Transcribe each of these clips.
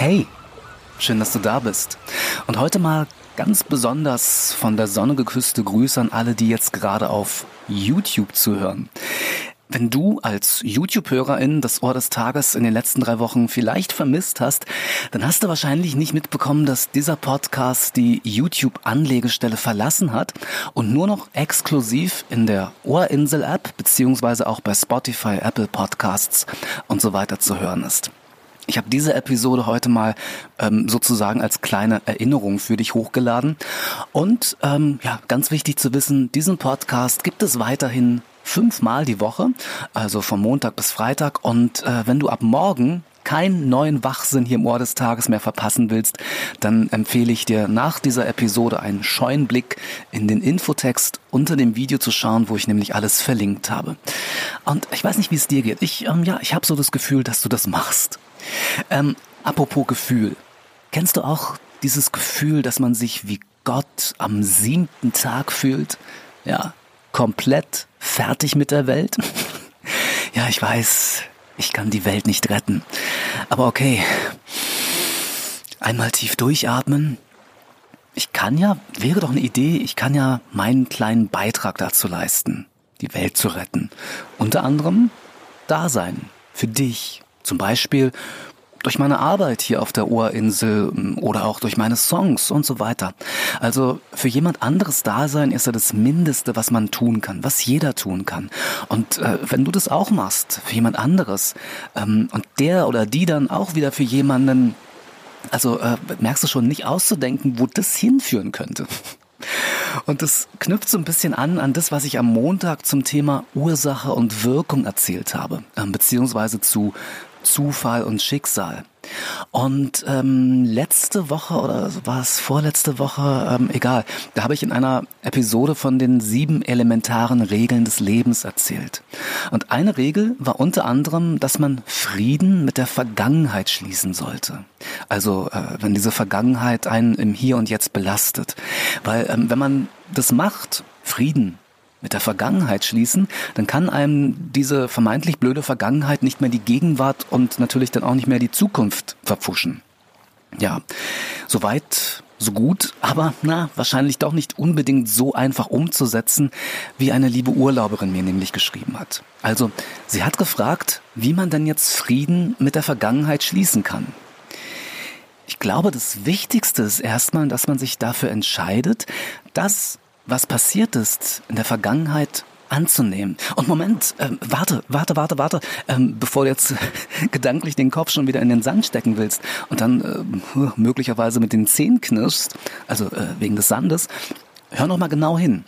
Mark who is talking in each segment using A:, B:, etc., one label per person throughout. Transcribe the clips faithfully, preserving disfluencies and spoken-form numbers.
A: Hey, schön, dass du da bist. Und heute mal ganz besonders von der sonnige Küste Grüße an alle, die jetzt gerade auf YouTube zuhören. Wenn du als YouTube-Hörerin das Ohr des Tages in den letzten drei Wochen vielleicht vermisst hast, dann hast du wahrscheinlich nicht mitbekommen, dass dieser Podcast die YouTube-Anlegestelle verlassen hat und nur noch exklusiv in der Ohrinsel-App beziehungsweise auch bei Spotify, Apple Podcasts und so weiter zu hören ist. Ich habe diese Episode heute mal ähm, sozusagen als kleine Erinnerung für dich hochgeladen. Und ähm, ja, ganz wichtig zu wissen, diesen Podcast gibt es weiterhin fünfmal die Woche, also von Montag bis Freitag. Und äh, wenn du ab morgen keinen neuen Wachsinn hier im Ohr des Tages mehr verpassen willst, dann empfehle ich dir nach dieser Episode einen scheuen Blick in den Infotext unter dem Video zu schauen, wo ich nämlich alles verlinkt habe. Und ich weiß nicht, wie es dir geht. Ich, ähm, ja, ich habe so das Gefühl, dass du das machst. Ähm, apropos Gefühl. Kennst du auch dieses Gefühl, dass man sich wie Gott am siebten Tag fühlt? Ja, komplett fertig mit der Welt? Ja, ich weiß, ich kann die Welt nicht retten. Aber okay, einmal tief durchatmen. Ich kann ja, wäre doch eine Idee, ich kann ja meinen kleinen Beitrag dazu leisten, die Welt zu retten. Unter anderem da sein, für dich. Zum Beispiel durch meine Arbeit hier auf der Ohrinsel oder auch durch meine Songs und so weiter. Also für jemand anderes Dasein ist ja das Mindeste, was man tun kann, was jeder tun kann. Und äh, wenn du das auch machst, für jemand anderes, ähm, und der oder die dann auch wieder für jemanden, also äh, merkst du schon, nicht auszudenken, wo das hinführen könnte. Und das knüpft so ein bisschen an an das, was ich am Montag zum Thema Ursache und Wirkung erzählt habe, äh, beziehungsweise zu Zufall und Schicksal. Und ähm, letzte Woche oder war es vorletzte Woche, ähm, egal, da habe ich in einer Episode von den sieben elementaren Regeln des Lebens erzählt. Und eine Regel war unter anderem, dass man Frieden mit der Vergangenheit schließen sollte. Also äh, wenn diese Vergangenheit einen im Hier und Jetzt belastet. Weil ähm, wenn man das macht, Frieden mit der Vergangenheit schließen, dann kann einem diese vermeintlich blöde Vergangenheit nicht mehr die Gegenwart und natürlich dann auch nicht mehr die Zukunft verpfuschen. Ja, soweit, so gut, aber na, wahrscheinlich doch nicht unbedingt so einfach umzusetzen, wie eine liebe Urlauberin mir nämlich geschrieben hat. Also, sie hat gefragt, wie man denn jetzt Frieden mit der Vergangenheit schließen kann. Ich glaube, das Wichtigste ist erstmal, dass man sich dafür entscheidet, dass was passiert ist in der Vergangenheit anzunehmen. Und Moment, ähm, warte, warte, warte, warte, ähm, bevor du jetzt gedanklich den Kopf schon wieder in den Sand stecken willst und dann äh, möglicherweise mit den Zähnen knirschst, also äh, wegen des Sandes, hör noch mal genau hin.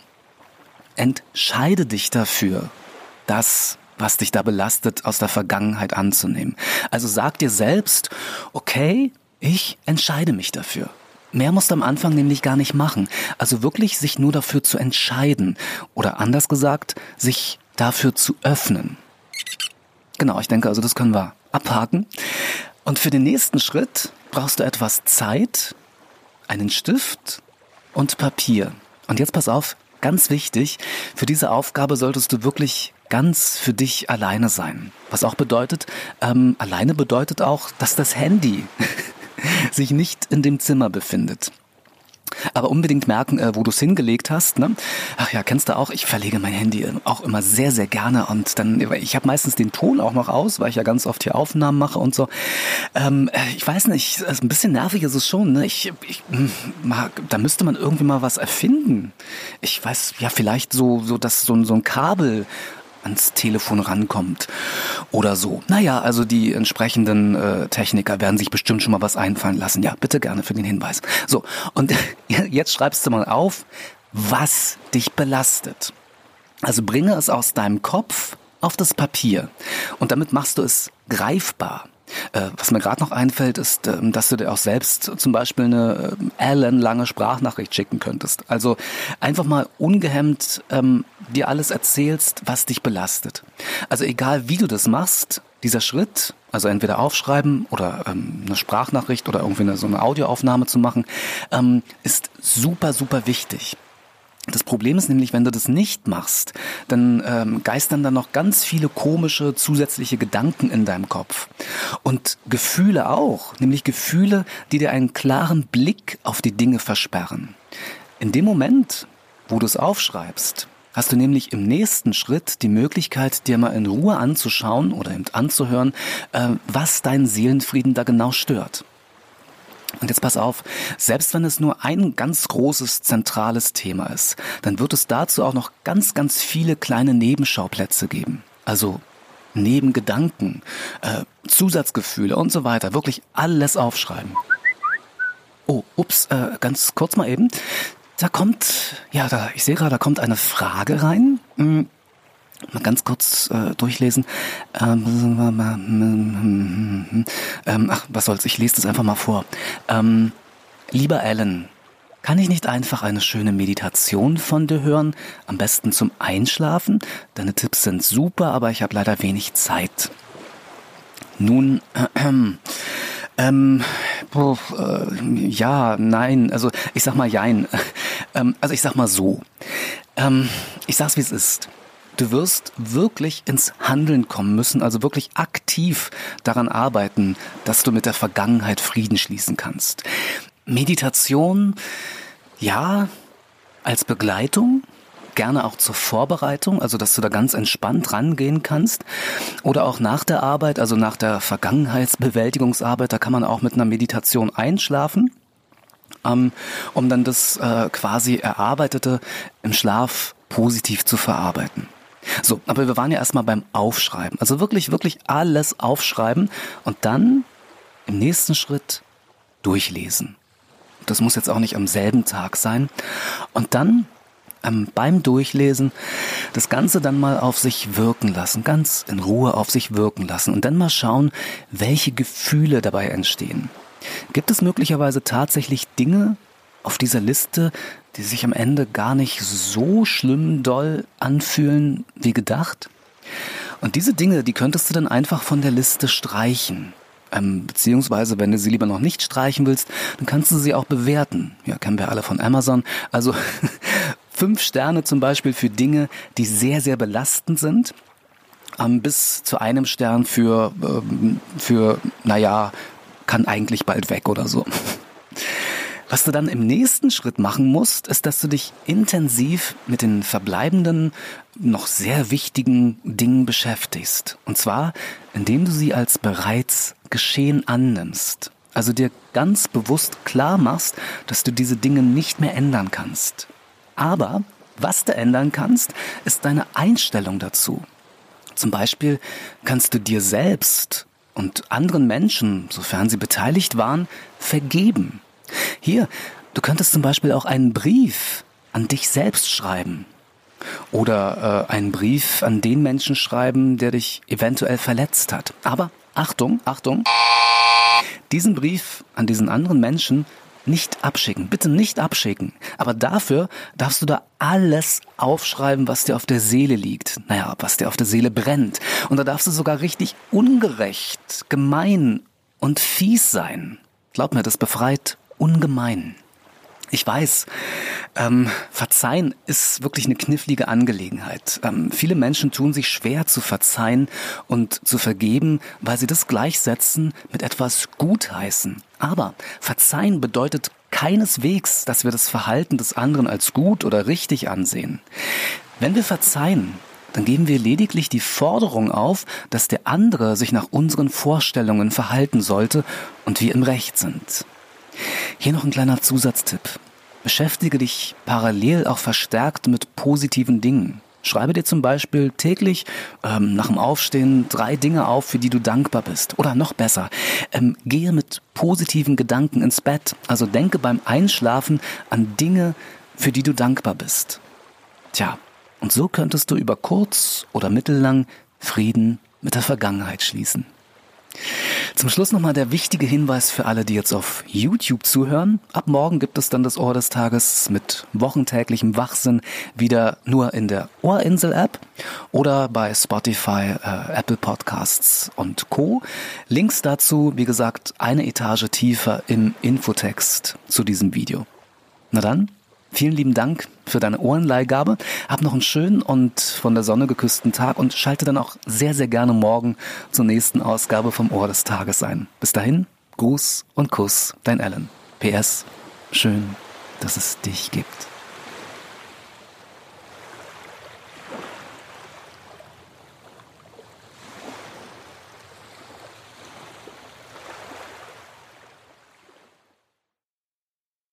A: Entscheide dich dafür, das, was dich da belastet, aus der Vergangenheit anzunehmen. Also sag dir selbst, okay, ich entscheide mich dafür. Mehr musst du am Anfang nämlich gar nicht machen. Also wirklich sich nur dafür zu entscheiden. Oder anders gesagt, sich dafür zu öffnen. Genau, ich denke also, das können wir abhaken. Und für den nächsten Schritt brauchst du etwas Zeit, einen Stift und Papier. Und jetzt pass auf, ganz wichtig, für diese Aufgabe solltest du wirklich ganz für dich alleine sein. Was auch bedeutet, ähm, alleine bedeutet auch, dass das Handy sich nicht in dem Zimmer befindet. Aber unbedingt merken, äh, wo du es hingelegt hast. Ne? Ach ja, kennst du auch, ich verlege mein Handy auch immer sehr, sehr gerne. Und dann, ich habe meistens den Ton auch noch aus, weil ich ja ganz oft hier Aufnahmen mache und so. Ähm, ich weiß nicht, ein bisschen nervig ist es schon. Ne? Ich, ich mag, da müsste man irgendwie mal was erfinden. Ich weiß, ja, vielleicht so, so, dass so, so ein Kabel ans Telefon rankommt oder so. Naja, also die entsprechenden äh, Techniker werden sich bestimmt schon mal was einfallen lassen. Ja, bitte gerne für den Hinweis. So, und jetzt schreibst du mal auf, was dich belastet. Also bringe es aus deinem Kopf auf das Papier und damit machst du es greifbar. Äh, was mir gerade noch einfällt, ist, äh, dass du dir auch selbst zum Beispiel eine äh, ellenlange Sprachnachricht schicken könntest. Also einfach mal ungehemmt ähm, dir alles erzählst, was dich belastet. Also egal wie du das machst, dieser Schritt, also entweder aufschreiben oder ähm, eine Sprachnachricht oder irgendwie eine, so eine Audioaufnahme zu machen, ähm, ist super, super wichtig. Das Problem ist nämlich, wenn du das nicht machst, dann ähm, geistern da noch ganz viele komische zusätzliche Gedanken in deinem Kopf. Und Gefühle auch, nämlich Gefühle, die dir einen klaren Blick auf die Dinge versperren. In dem Moment, wo du es aufschreibst, hast du nämlich im nächsten Schritt die Möglichkeit, dir mal in Ruhe anzuschauen oder eben anzuhören, äh, was deinen Seelenfrieden da genau stört. Und jetzt pass auf, selbst wenn es nur ein ganz großes, zentrales Thema ist, dann wird es dazu auch noch ganz, ganz viele kleine Nebenschauplätze geben. Also Nebengedanken, äh, Zusatzgefühle und so weiter. Wirklich alles aufschreiben. Oh, ups, äh, ganz kurz mal eben. Da kommt, ja, da, ich sehe gerade, da kommt eine Frage rein. Hm. Mal ganz kurz äh, durchlesen. Ähm, ähm, ach, was soll's, ich lese das einfach mal vor. Ähm, lieber Alan, kann ich nicht einfach eine schöne Meditation von dir hören? Am besten zum Einschlafen? Deine Tipps sind super, aber ich habe leider wenig Zeit. Nun, äh, ähm, oh, äh, ja, nein, also ich sag mal jein. Ähm, also ich sag mal so. Ähm, ich sag's, wie es ist. Du wirst wirklich ins Handeln kommen müssen, also wirklich aktiv daran arbeiten, dass du mit der Vergangenheit Frieden schließen kannst. Meditation, ja, als Begleitung, gerne auch zur Vorbereitung, also dass du da ganz entspannt rangehen kannst. Oder auch nach der Arbeit, also nach der Vergangenheitsbewältigungsarbeit, da kann man auch mit einer Meditation einschlafen, um dann das äh, quasi Erarbeitete im Schlaf positiv zu verarbeiten. So, aber wir waren ja erstmal beim Aufschreiben. Also wirklich, wirklich alles aufschreiben und dann im nächsten Schritt durchlesen. Das muss jetzt auch nicht am selben Tag sein. Und dann ähm, beim Durchlesen das Ganze dann mal auf sich wirken lassen, ganz in Ruhe auf sich wirken lassen und dann mal schauen, welche Gefühle dabei entstehen. Gibt es möglicherweise tatsächlich Dinge auf dieser Liste, die sich am Ende gar nicht so schlimm doll anfühlen wie gedacht? Und diese Dinge, die könntest du dann einfach von der Liste streichen. Ähm, beziehungsweise, wenn du sie lieber noch nicht streichen willst, dann kannst du sie auch bewerten. Ja, kennen wir alle von Amazon. Also fünf Sterne zum Beispiel für Dinge, die sehr, sehr belastend sind. Ähm, bis zu einem Stern für, ähm, für, naja, kann eigentlich bald weg oder so. Was du dann im nächsten Schritt machen musst, ist, dass du dich intensiv mit den verbleibenden, noch sehr wichtigen Dingen beschäftigst. Und zwar, indem du sie als bereits geschehen annimmst. Also dir ganz bewusst klar machst, dass du diese Dinge nicht mehr ändern kannst. Aber was du ändern kannst, ist deine Einstellung dazu. Zum Beispiel kannst du dir selbst und anderen Menschen, sofern sie beteiligt waren, vergeben. Hier, du könntest zum Beispiel auch einen Brief an dich selbst schreiben oder äh, einen Brief an den Menschen schreiben, der dich eventuell verletzt hat. Aber Achtung, Achtung, diesen Brief an diesen anderen Menschen nicht abschicken, bitte nicht abschicken. Aber dafür darfst du da alles aufschreiben, was dir auf der Seele liegt. Naja, was dir auf der Seele brennt. Und da darfst du sogar richtig ungerecht, gemein und fies sein. Glaub mir, das befreit ungemein. Ich weiß, ähm, verzeihen ist wirklich eine knifflige Angelegenheit. Ähm, viele Menschen tun sich schwer zu verzeihen und zu vergeben, weil sie das gleichsetzen mit etwas Gutheißen. Aber verzeihen bedeutet keineswegs, dass wir das Verhalten des anderen als gut oder richtig ansehen. Wenn wir verzeihen, dann geben wir lediglich die Forderung auf, dass der andere sich nach unseren Vorstellungen verhalten sollte und wir im Recht sind. Hier noch ein kleiner Zusatztipp. Beschäftige dich parallel auch verstärkt mit positiven Dingen. Schreibe dir zum Beispiel täglich ähm, nach dem Aufstehen drei Dinge auf, für die du dankbar bist. Oder noch besser, ähm, gehe mit positiven Gedanken ins Bett. Also denke beim Einschlafen an Dinge, für die du dankbar bist. Tja, und so könntest du über kurz oder mittellang Frieden mit der Vergangenheit schließen. Zum Schluss nochmal der wichtige Hinweis für alle, die jetzt auf YouTube zuhören. Ab morgen gibt es dann das Ohr des Tages mit wochentäglichem Wachsinn wieder nur in der Ohrinsel-App oder bei Spotify, äh, Apple Podcasts und Co. Links dazu, wie gesagt, eine Etage tiefer im Infotext zu diesem Video. Na dann, Vielen lieben Dank für deine Ohrenleihgabe. Hab noch einen schönen und von der Sonne geküssten Tag und schalte dann auch sehr, sehr gerne morgen zur nächsten Ausgabe vom Ohr des Tages ein. Bis dahin, Gruß und Kuss, dein Alan. P S. Schön, dass es dich gibt.